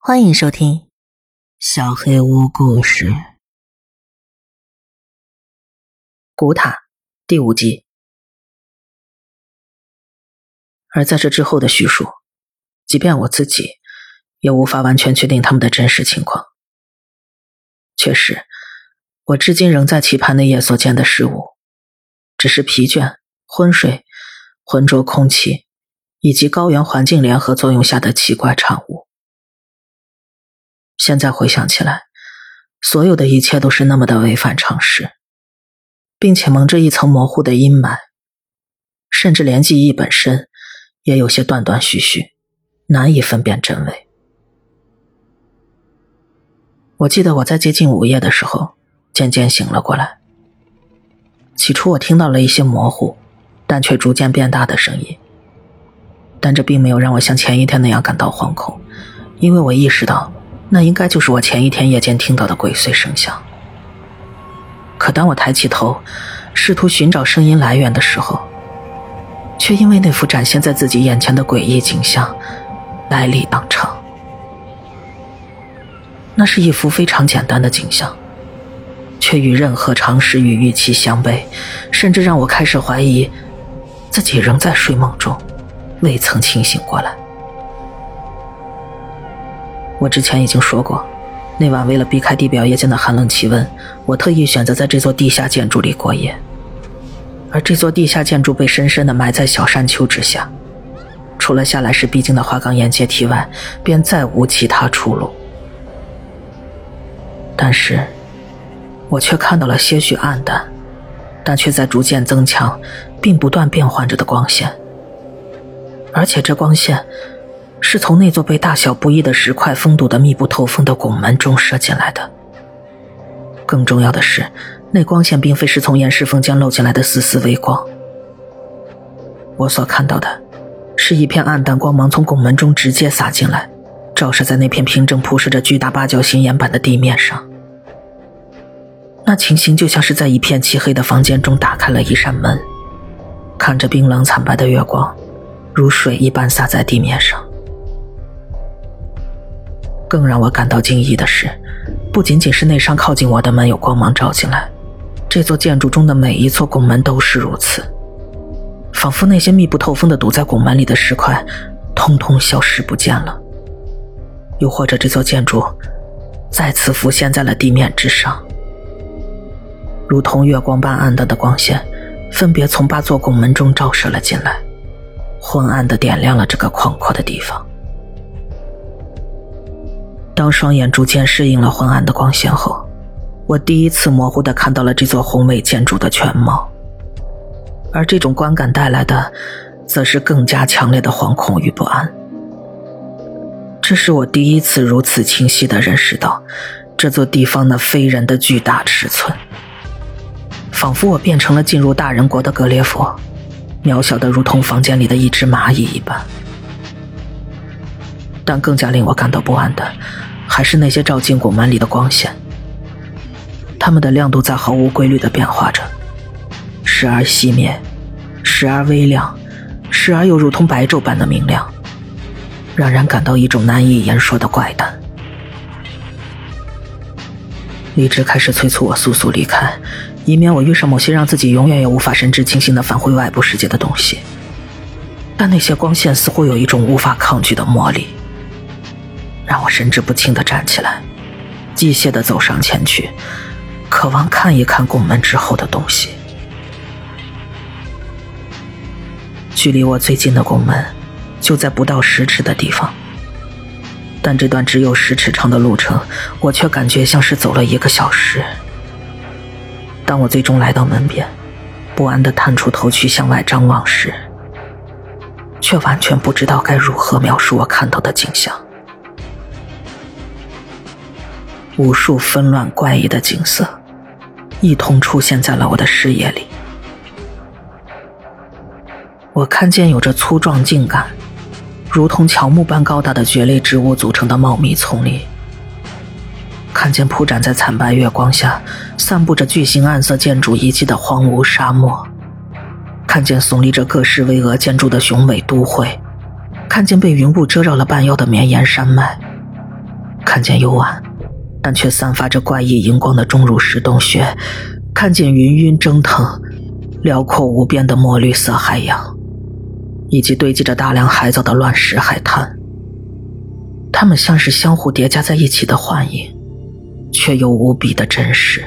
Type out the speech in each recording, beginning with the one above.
欢迎收听《小黑屋故事》古塔第5集。而在这之后的叙述，即便我自己也无法完全确定他们的真实情况。确实，我至今仍在期盼那夜所见的事物，只是疲倦、昏睡、浑浊空气以及高原环境联合作用下的奇怪产物。现在回想起来，所有的一切都是那么的违反常识，并且蒙着一层模糊的阴霾，甚至连记忆本身也有些断断续续，难以分辨真伪。我记得我在接近午夜的时候渐渐醒了过来。起初我听到了一些模糊但却逐渐变大的声音，但这并没有让我像前一天那样感到惶恐，因为我意识到那应该就是我前一天夜间听到的鬼祟声响。可当我抬起头试图寻找声音来源的时候，却因为那幅展现在自己眼前的诡异景象来历当场。那是一幅非常简单的景象，却与任何常识与预期相悖，甚至让我开始怀疑自己仍在睡梦中，未曾清醒过来。我之前已经说过，那晚为了避开地表夜间的寒冷气温，我特意选择在这座地下建筑里过夜。而这座地下建筑被深深地埋在小山丘之下，除了下来时必经的花岗岩阶梯外，便再无其他出路。但是我却看到了些许暗淡，但却在逐渐增强并不断变换着的光线。而且这光线是从那座被大小不一的石块封堵的密不透风的拱门中射进来的。更重要的是，那光线并非是从岩石缝间漏进来的丝丝微光。我所看到的是一片暗淡光芒从拱门中直接洒进来，照射在那片平整铺设着巨大八角形岩板的地面上。那情形就像是在一片漆黑的房间中打开了一扇门，看着冰冷惨白的月光如水一般洒在地面上。更让我感到惊异的是，不仅仅是那扇靠近我的门有光芒照进来，这座建筑中的每一座拱门都是如此，仿佛那些密不透风的堵在拱门里的石块通通消失不见了，又或者这座建筑再次浮现在了地面之上，如同月光般暗淡的光线分别从8座拱门中照射了进来，昏暗地点亮了这个宽阔的地方。当双眼逐渐适应了昏暗的光线后，我第一次模糊地看到了这座宏伟建筑的全貌，而这种观感带来的则是更加强烈的惶恐与不安。这是我第一次如此清晰地认识到这座地方那非人的巨大尺寸，仿佛我变成了进入大人国的格列佛，渺小得如同房间里的一只蚂蚁一般。但更加令我感到不安的还是那些照进拱门里的光线，它们的亮度在毫无规律地变化着，时而熄灭，时而微亮，时而又如同白昼般的明亮，让人感到一种难以言说的怪诞。理智开始催促我速速离开，以免我遇上某些让自己永远也无法神志清醒地返回外部世界的东西。但那些光线似乎有一种无法抗拒的魔力，让我神志不清地站起来，机械地走上前去，渴望看一看拱门之后的东西。距离我最近的拱门就在不到10尺的地方，但这段只有10尺长的路程，我却感觉像是走了1个小时。当我最终来到门边，不安地探出头去向外张望时，却完全不知道该如何描述我看到的景象。无数纷乱怪异的景色一同出现在了我的视野里。我看见有着粗壮茎干如同乔木般高大的蕨类植物组成的茂密丛林，看见铺展在惨白月光下散布着巨型暗色建筑遗迹的荒芜沙漠，看见耸立着各式巍峨建筑的雄伟都会，看见被云雾遮绕了半腰的绵延山脉， 看见幽暗但却散发着怪异荧光的钟乳石洞穴，看见云云蒸腾辽阔无边的墨绿色海洋，以及堆积着大量海藻的乱石海滩。它们像是相互叠加在一起的幻影，却又无比的真实。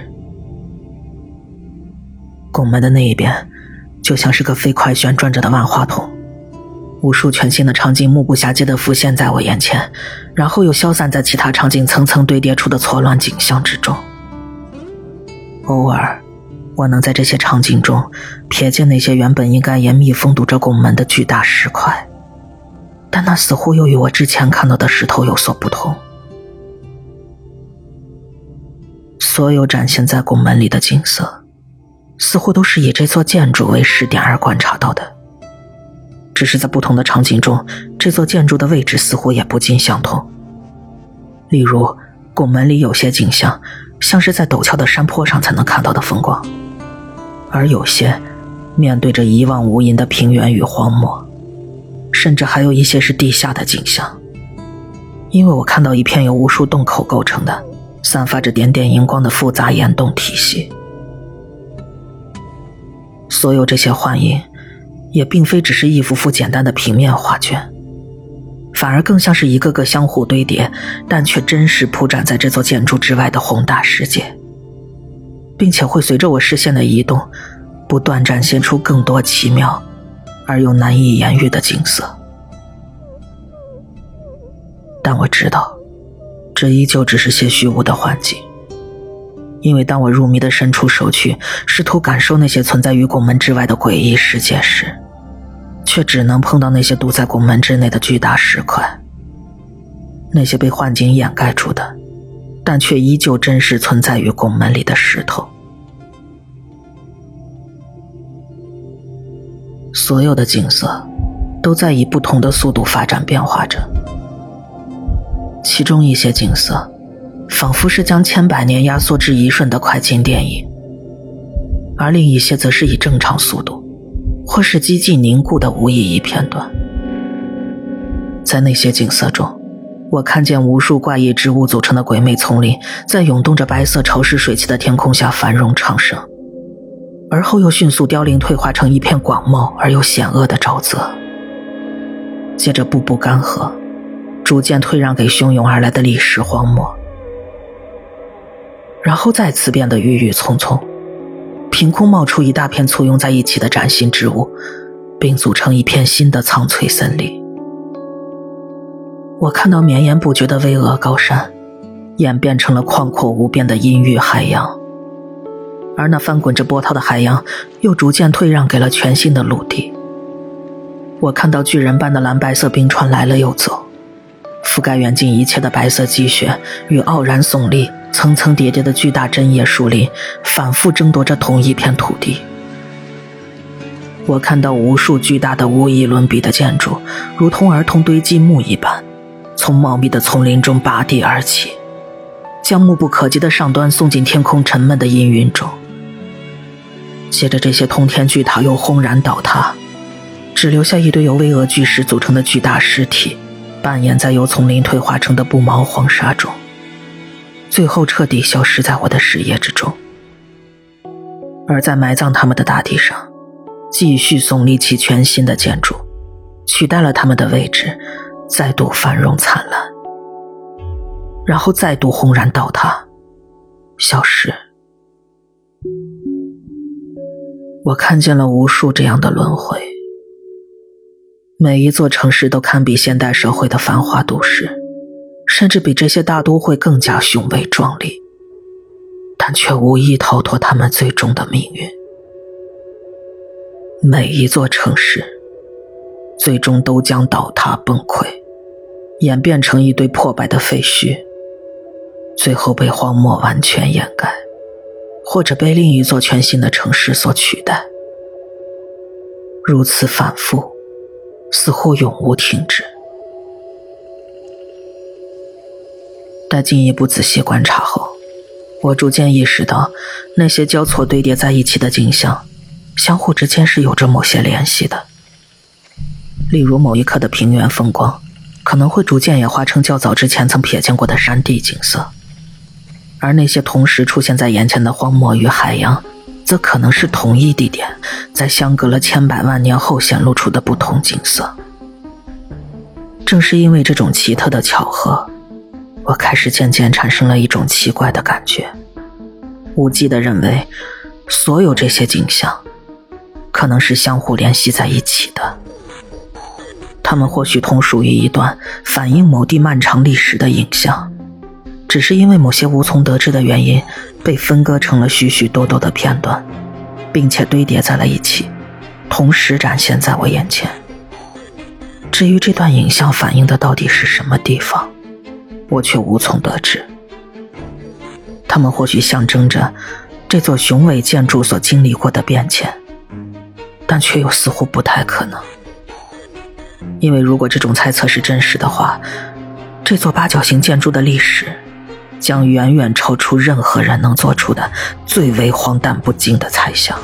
拱门的那一边就像是个飞快旋转着的万花筒，无数全新的场景目不暇接地浮现在我眼前，然后又消散在其他场景层层堆叠出的错乱景象之中。偶尔我能在这些场景中瞥见那些原本应该严密封堵着拱门的巨大石块，但那似乎又与我之前看到的石头有所不同。所有展现在拱门里的景色似乎都是以这座建筑为视点而观察到的，只是在不同的场景中，这座建筑的位置似乎也不尽相同。例如拱门里有些景象像是在陡峭的山坡上才能看到的风光，而有些面对着一望无垠的平原与荒漠，甚至还有一些是地下的景象。因为我看到一片由无数洞口构成的散发着点点荧光的复杂岩洞体系。所有这些幻影也并非只是一幅幅简单的平面画卷，反而更像是一个个相互堆叠但却真实铺展在这座建筑之外的宏大世界，并且会随着我视线的移动不断展现出更多奇妙而又难以言喻的景色。但我知道这依旧只是些虚无的幻境，因为当我入迷地伸出手去试图感受那些存在于拱门之外的诡异世界时，却只能碰到那些堵在拱门之内的巨大石块，那些被幻境掩盖住的但却依旧真实存在于拱门里的石头。所有的景色都在以不同的速度发展变化着，其中一些景色仿佛是将千百年压缩至一瞬的快进电影，而另一些则是以正常速度或是几近凝固的无意义片段。在那些景色中，我看见无数怪异植物组成的鬼魅丛林在涌动着白色潮湿水汽的天空下繁荣昌盛，而后又迅速凋零退化成一片广袤而又险恶的沼泽，接着步步干涸，逐渐退让给汹涌而来的历史荒漠，然后再次变得郁郁葱葱，凭空冒出一大片簇拥在一起的崭新植物，并组成一片新的苍翠森林。我看到绵延不绝的巍峨高山演变成了宽阔无边的阴郁海洋，而那翻滚着波涛的海洋又逐渐退让给了全新的陆地。我看到巨人般的蓝白色冰川来了又走，覆盖远近一切的白色积雪与傲然耸立层层叠叠的巨大针叶树林反复争夺着同一片土地。我看到无数巨大的无以伦比的建筑如同儿童堆积木一般从茂密的丛林中拔地而起，将目不可及的上端送进天空沉闷的阴云中。接着这些通天巨塔又轰然倒塌，只留下一堆由巍峨巨石组成的巨大尸体扮演在由丛林退化成的不毛黄沙中，最后彻底消失在我的视野之中。而在埋葬他们的大地上继续耸立起全新的建筑，取代了他们的位置，再度繁荣灿烂，然后再度轰然倒塌消失。我看见了无数这样的轮回，每一座城市都堪比现代社会的繁华都市，甚至比这些大都会更加雄伟壮丽，但却无一逃脱他们最终的命运。每一座城市最终都将倒塌崩溃，演变成一堆破败的废墟，最后被荒漠完全掩盖，或者被另一座全新的城市所取代。如此反复，似乎永无停止。待进一步仔细观察后，我逐渐意识到那些交错堆叠在一起的景象相互之间是有着某些联系的。例如某一刻的平原风光可能会逐渐演化成较早之前曾瞥见过的山地景色，而那些同时出现在眼前的荒漠与海洋，则可能是同一地点在相隔了千百万年后显露出的不同景色。正是因为这种奇特的巧合，我开始渐渐产生了一种奇怪的感觉，无忌地认为所有这些景象可能是相互联系在一起的，它们或许同属于一段反映某地漫长历史的影像，只是因为某些无从得知的原因被分割成了许许多多的片段，并且堆叠在了一起，同时展现在我眼前。至于这段影像反映的到底是什么地方，我却无从得知。它们或许象征着这座雄伟建筑所经历过的变迁，但却又似乎不太可能。因为如果这种猜测是真实的话，这座八角形建筑的历史将远远超出任何人能做出的最为荒诞不经的猜想。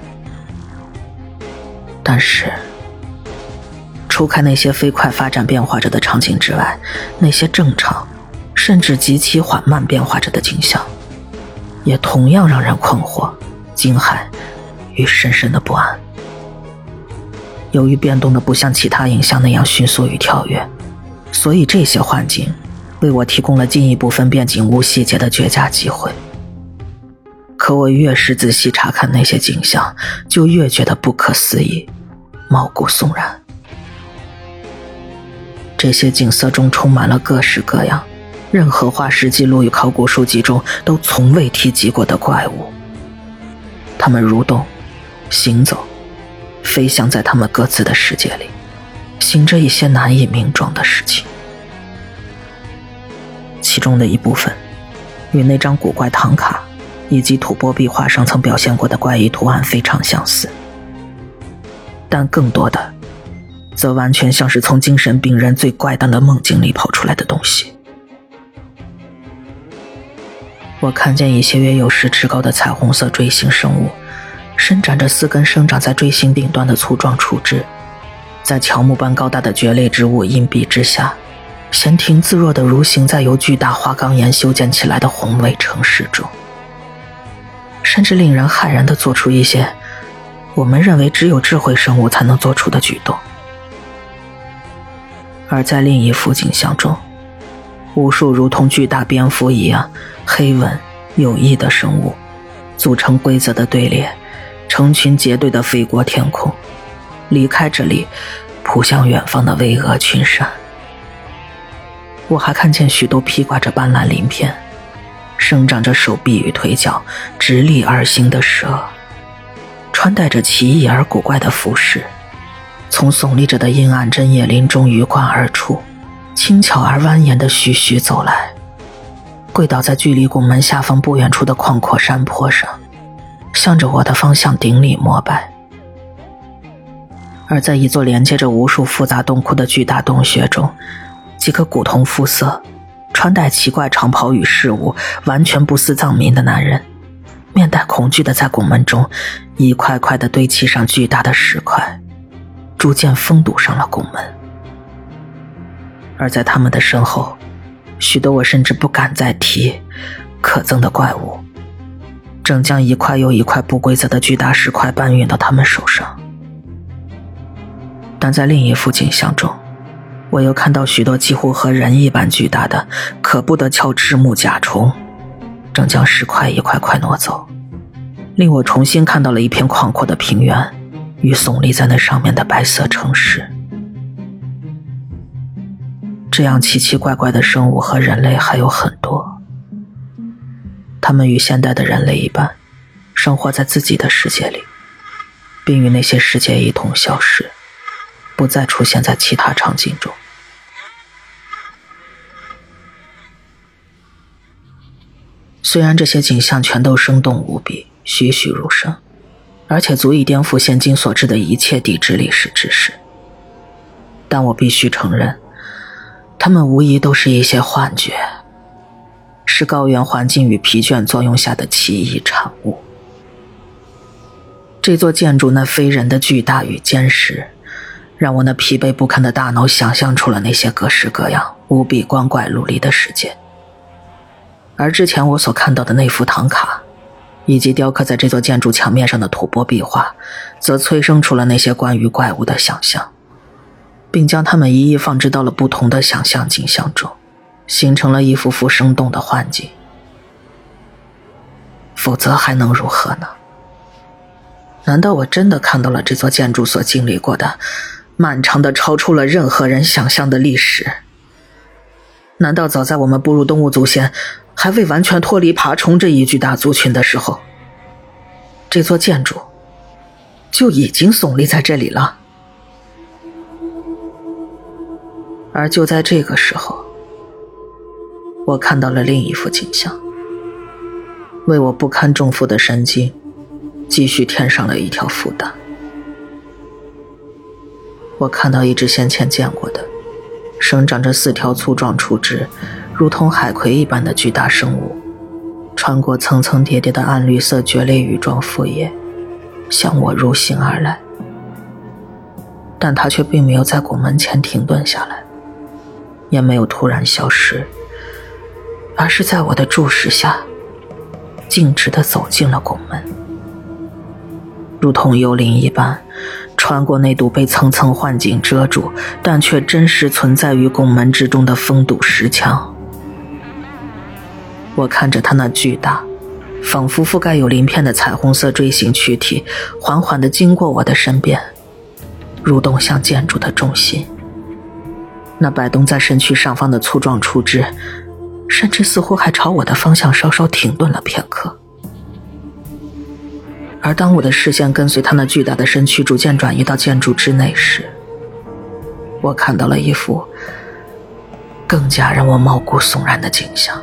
但是除开那些飞快发展变化着的场景之外，那些正常甚至极其缓慢变化着的景象也同样让人困惑、惊骇与深深的不安。由于变动的不像其他影像那样迅速与跳跃，所以这些幻境为我提供了进一步分辨景物细节的绝佳机会。可我越是仔细查看那些景象，就越觉得不可思议，毛骨悚然。这些景色中充满了各式各样任何化石记录与考古书籍中都从未提及过的怪物，它们蠕动、行走、飞翔在它们各自的世界里，行着一些难以名状的事情。其中的一部分与那张古怪唐卡以及吐蕃壁画上曾表现过的怪异图案非常相似，但更多的则完全像是从精神病人最怪诞的梦境里跑出来的东西。我看见一些约有10尺高的彩虹色锥形生物，伸展着4根生长在锥形顶端的粗壮触枝，在乔木般高大的蕨类植物荫蔽之下，闲庭自若地蠕行在由巨大花岗岩修建起来的宏伟城市中，甚至令人骇然地做出一些我们认为只有智慧生物才能做出的举动。而在另一幅景象中，无数如同巨大蝙蝠一样黑纹有翼的生物组成规则的队列，成群结队地飞过天空，离开这里扑向远方的巍峨群山。我还看见许多披挂着斑斓鳞片、生长着手臂与腿脚、直立而行的蛇，穿戴着奇异而古怪的服饰，从耸立着的阴暗针叶林中鱼贯而出，轻巧而蜿蜒地徐徐走来，跪倒在距离拱门下方不远处的宽阔山坡上，向着我的方向顶礼膜拜。而在一座连接着无数复杂洞窟的巨大洞穴中，几个古铜肤色、穿戴奇怪长袍与饰物、完全不似藏民的男人，面带恐惧地在拱门中一块块地堆砌上巨大的石块，逐渐封堵上了拱门。而在他们的身后，许多我甚至不敢再提可憎的怪物正将一块又一块不规则的巨大石块搬运到他们手上。但在另一幅景象中，我又看到许多几乎和人一般巨大的可怖的鞘翅目甲虫正将石块一块块挪走，令我重新看到了一片广阔的平原与耸立在那上面的白色城市。这样奇奇怪怪的生物和人类还有很多，他们与现代的人类一般，生活在自己的世界里，并与那些世界一同消失，不再出现在其他场景中。虽然这些景象全都生动无比，栩栩如生，而且足以颠覆现今所知的一切地质历史知识，但我必须承认，它们无疑都是一些幻觉，是高原环境与疲倦作用下的奇异产物。这座建筑那非人的巨大与坚实， 让我那疲惫不堪的大脑想象出了那些各式各样、无比光怪陆离的世界。而之前我所看到的那幅唐卡，以及雕刻在这座建筑墙面上的吐蕃壁画，则催生出了那些关于怪物的想象，并将它们一一放置到了不同的想象景象中，形成了一幅幅生动的幻境。否则还能如何呢？难道我真的看到了这座建筑所经历过的漫长的超出了任何人想象的历史？难道早在我们步入动物祖先还未完全脱离爬虫这一巨大族群的时候，这座建筑就已经耸立在这里了？而就在这个时候，我看到了另一幅景象，为我不堪重负的神经继续添上了一条负担。我看到一只先前见过的生长着4条粗壮触枝，如同海葵一般的巨大生物，穿过层层叠叠的暗绿色蕨类羽状复叶，向我入行而来。但它却并没有在拱门前停顿下来，也没有突然消失，而是在我的注视下径直地走进了拱门，如同幽灵一般穿过那堵被层层幻境遮住但却真实存在于拱门之中的封堵石墙。我看着它那巨大仿佛覆盖有鳞片的彩虹色锥形躯体缓缓地经过我的身边，蠕动向建筑的中心。那摆动在身躯上方的粗壮触枝甚至似乎还朝我的方向稍稍停顿了片刻。而当我的视线跟随他那巨大的身躯逐渐转移到建筑之内时，我看到了一幅更加让我毛骨悚然的景象。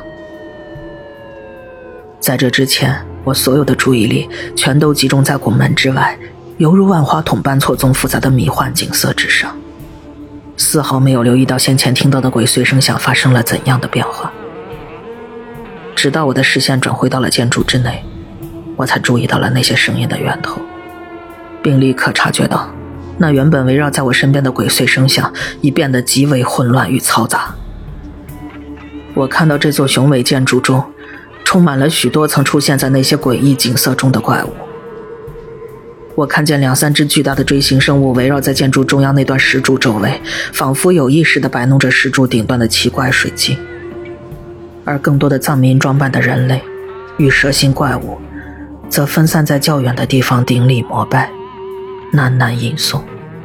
在这之前，我所有的注意力全都集中在拱门之外，犹如万花筒般错综复杂的迷幻景色之上，丝毫没有留意到先前听到的鬼祟声响发生了怎样的变化。直到我的视线转回到了建筑之内，我才注意到了那些声音的源头，并立刻察觉到那原本围绕在我身边的鬼祟声响已变得极为混乱与嘈杂。我看到这座雄伟建筑中充满了许多曾出现在那些诡异景色中的怪物。我看见2、3只巨大的锥形生物围绕在建筑中央那段石柱周围，仿佛有意识地摆弄着石柱顶端的奇怪水晶。而更多的藏民装扮的人类与蛇形怪物则分散在较远的地方顶礼膜拜，喃喃吟诵。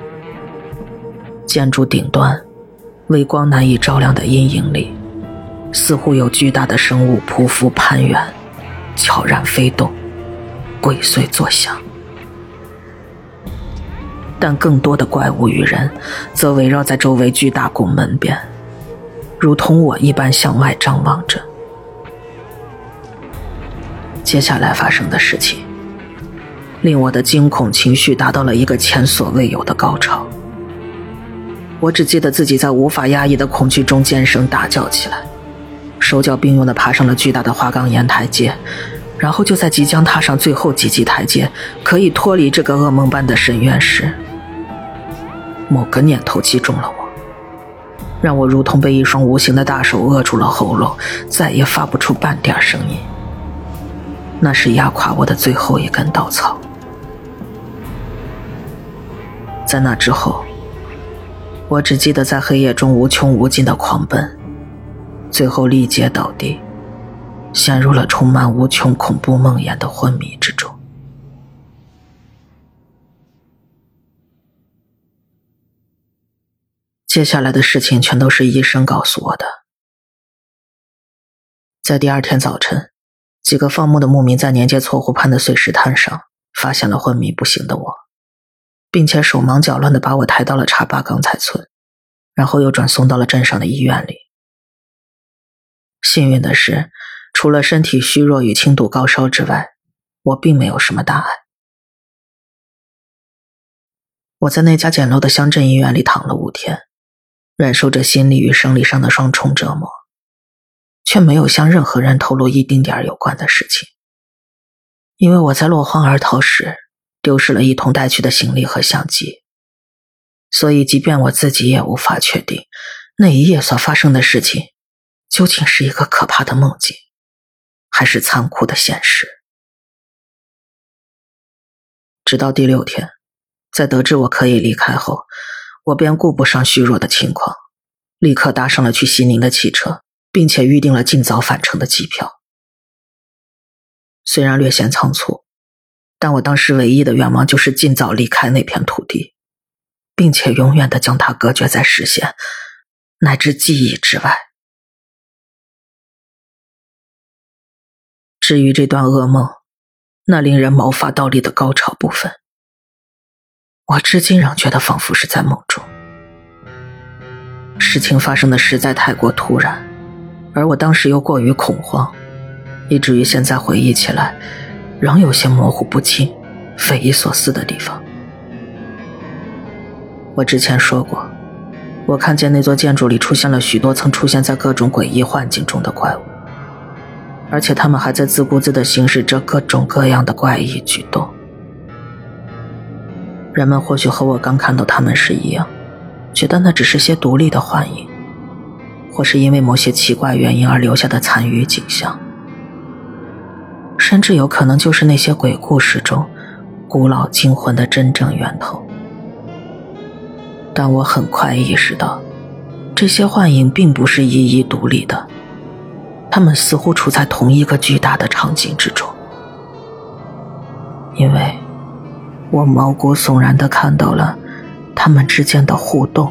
建筑顶端微光难以照亮的阴影里，似乎有巨大的生物匍匐攀援，悄然飞动，鬼祟作响。但更多的怪物与人则围绕在周围巨大拱门边，如同我一般向外张望着。接下来发生的事情令我的惊恐情绪达到了一个前所未有的高潮。我只记得自己在无法压抑的恐惧中尖声大叫起来，手脚并用地爬上了巨大的花岗岩台阶，然后就在即将踏上最后几级台阶，可以脱离这个噩梦般的深渊时，某个念头击中了我，让我如同被一双无形的大手扼住了喉咙，再也发不出半点声音。那是压垮我的最后一根稻草。在那之后，我只记得在黑夜中无穷无尽的狂奔，最后力竭倒地，陷入了充满无穷恐怖梦魇的昏迷之中。接下来的事情全都是医生告诉我的。在第2天早晨，几个放牧的牧民在年界错湖畔的碎石滩上发现了昏迷不醒的我，并且手忙脚乱地把我抬到了茶坝钢材村，然后又转送到了镇上的医院里。幸运的是，除了身体虚弱与轻度高烧之外，我并没有什么大碍。我在那家简陋的乡镇医院里躺了5天，忍受着心理与生理上的双重折磨，却没有向任何人透露一丁点有关的事情。因为我在落荒而逃时丢失了一同带去的行李和相机。 所以即便我自己也无法确定那一夜所发生的事情究竟是一个可怕的梦境，还是残酷的现实。直到第6天，在得知我可以离开后，我便顾不上虚弱的情况，立刻搭上了去西宁的汽车，并且预定了尽早返程的机票。虽然略显仓促，但我当时唯一的愿望就是尽早离开那片土地，并且永远地将它隔绝在视线乃至记忆之外。至于这段噩梦，那令人毛发倒立的高潮部分，我至今仍觉得仿佛是在梦中。事情发生的实在太过突然，而我当时又过于恐慌，以至于现在回忆起来仍有些模糊不清、匪夷所思的地方。我之前说过，我看见那座建筑里出现了许多曾出现在各种诡异幻境中的怪物，而且他们还在自顾自地行使着各种各样的怪异举动。人们或许和我刚看到他们时一样，觉得那只是些独立的幻影，或是因为某些奇怪原因而留下的残余景象，甚至有可能就是那些鬼故事中古老惊魂的真正源头。但我很快意识到，这些幻影并不是一一独立的，他们似乎处在同一个巨大的场景之中。因为我毛骨悚然地看到了他们之间的互动。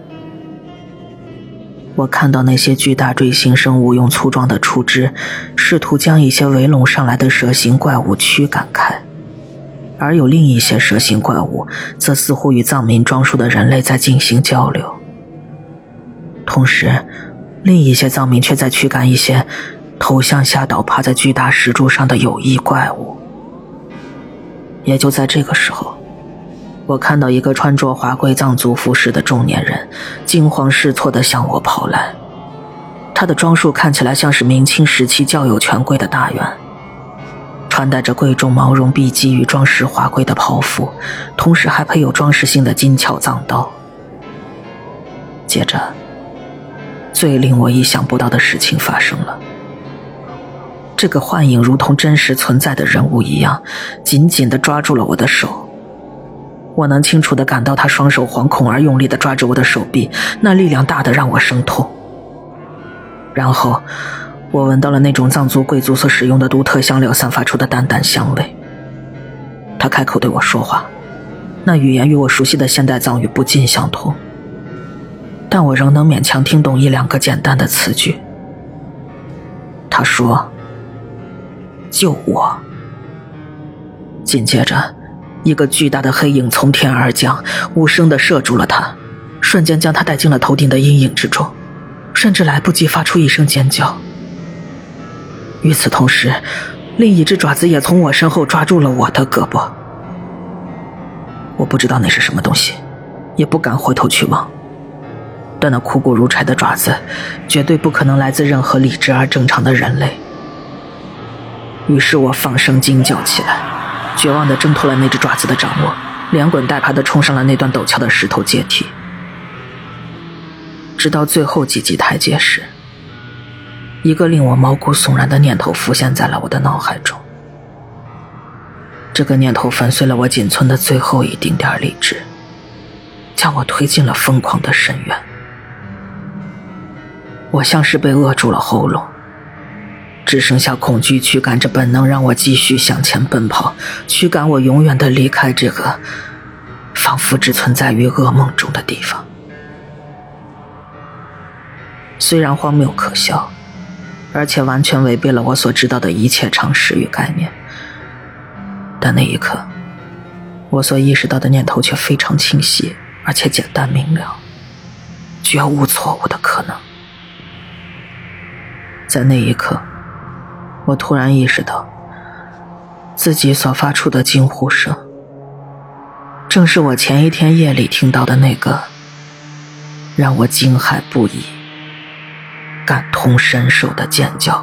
我看到那些巨大锥形生物用粗壮的触枝试图将一些围拢上来的蛇形怪物驱赶开，而有另一些蛇形怪物则似乎与藏民装束的人类在进行交流。同时另一些藏民却在驱赶一些头向下倒趴在巨大石柱上的有益怪物。也就在这个时候，我看到一个穿着华贵藏族服饰的中年人惊慌失措地向我跑来。他的装束看起来像是明清时期较有权贵的大员，穿戴着贵重毛绒碧基与装饰华贵的袍服，同时还配有装饰性的金鞘藏刀。接着最令我意想不到的事情发生了。这个幻影如同真实存在的人物一样，紧紧地抓住了我的手。我能清楚地感到他双手惶恐而用力地抓着我的手臂，那力量大得让我生痛。然后我闻到了那种藏族贵族所使用的独特香料散发出的淡淡香味。他开口对我说话，那语言与我熟悉的现代藏语不尽相同，但我仍能勉强听懂1-2个简单的词句。他说：“救我。”紧接着一个巨大的黑影从天而降，无声地射住了他，瞬间将他带进了头顶的阴影之中，甚至来不及发出一声尖叫。与此同时，另一只爪子也从我身后抓住了我的胳膊。我不知道那是什么东西，也不敢回头去望，但那枯骨如柴的爪子绝对不可能来自任何理智而正常的人类。于是我放声惊叫起来，绝望地挣脱了那只爪子的掌握，连滚带爬地冲上了那段陡峭的石头阶梯。直到最后几级台阶时，一个令我毛骨悚然的念头浮现在了我的脑海中。这个念头粉碎了我仅存的最后一丁点理智，将我推进了疯狂的深渊。我像是被扼住了喉咙，只剩下恐惧驱赶着本能，让我继续向前奔跑，驱赶我永远地离开这个仿佛只存在于噩梦中的地方。虽然荒谬可笑，而且完全违背了我所知道的一切常识与概念，但那一刻我所意识到的念头却非常清晰，而且简单明了，绝无错误的可能。在那一刻，我突然意识到，自己所发出的惊呼声，正是我前一天夜里听到的那个让我惊骇不已、感同身受的尖叫。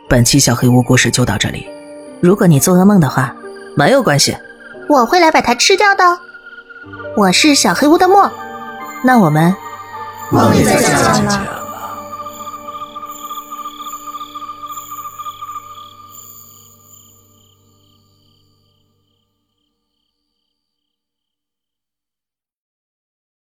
本期小黑屋故事就到这里。如果你做噩梦的话，没有关系， 我会来把它吃掉的。我是小黑屋的墨， 那我们梦里再见了。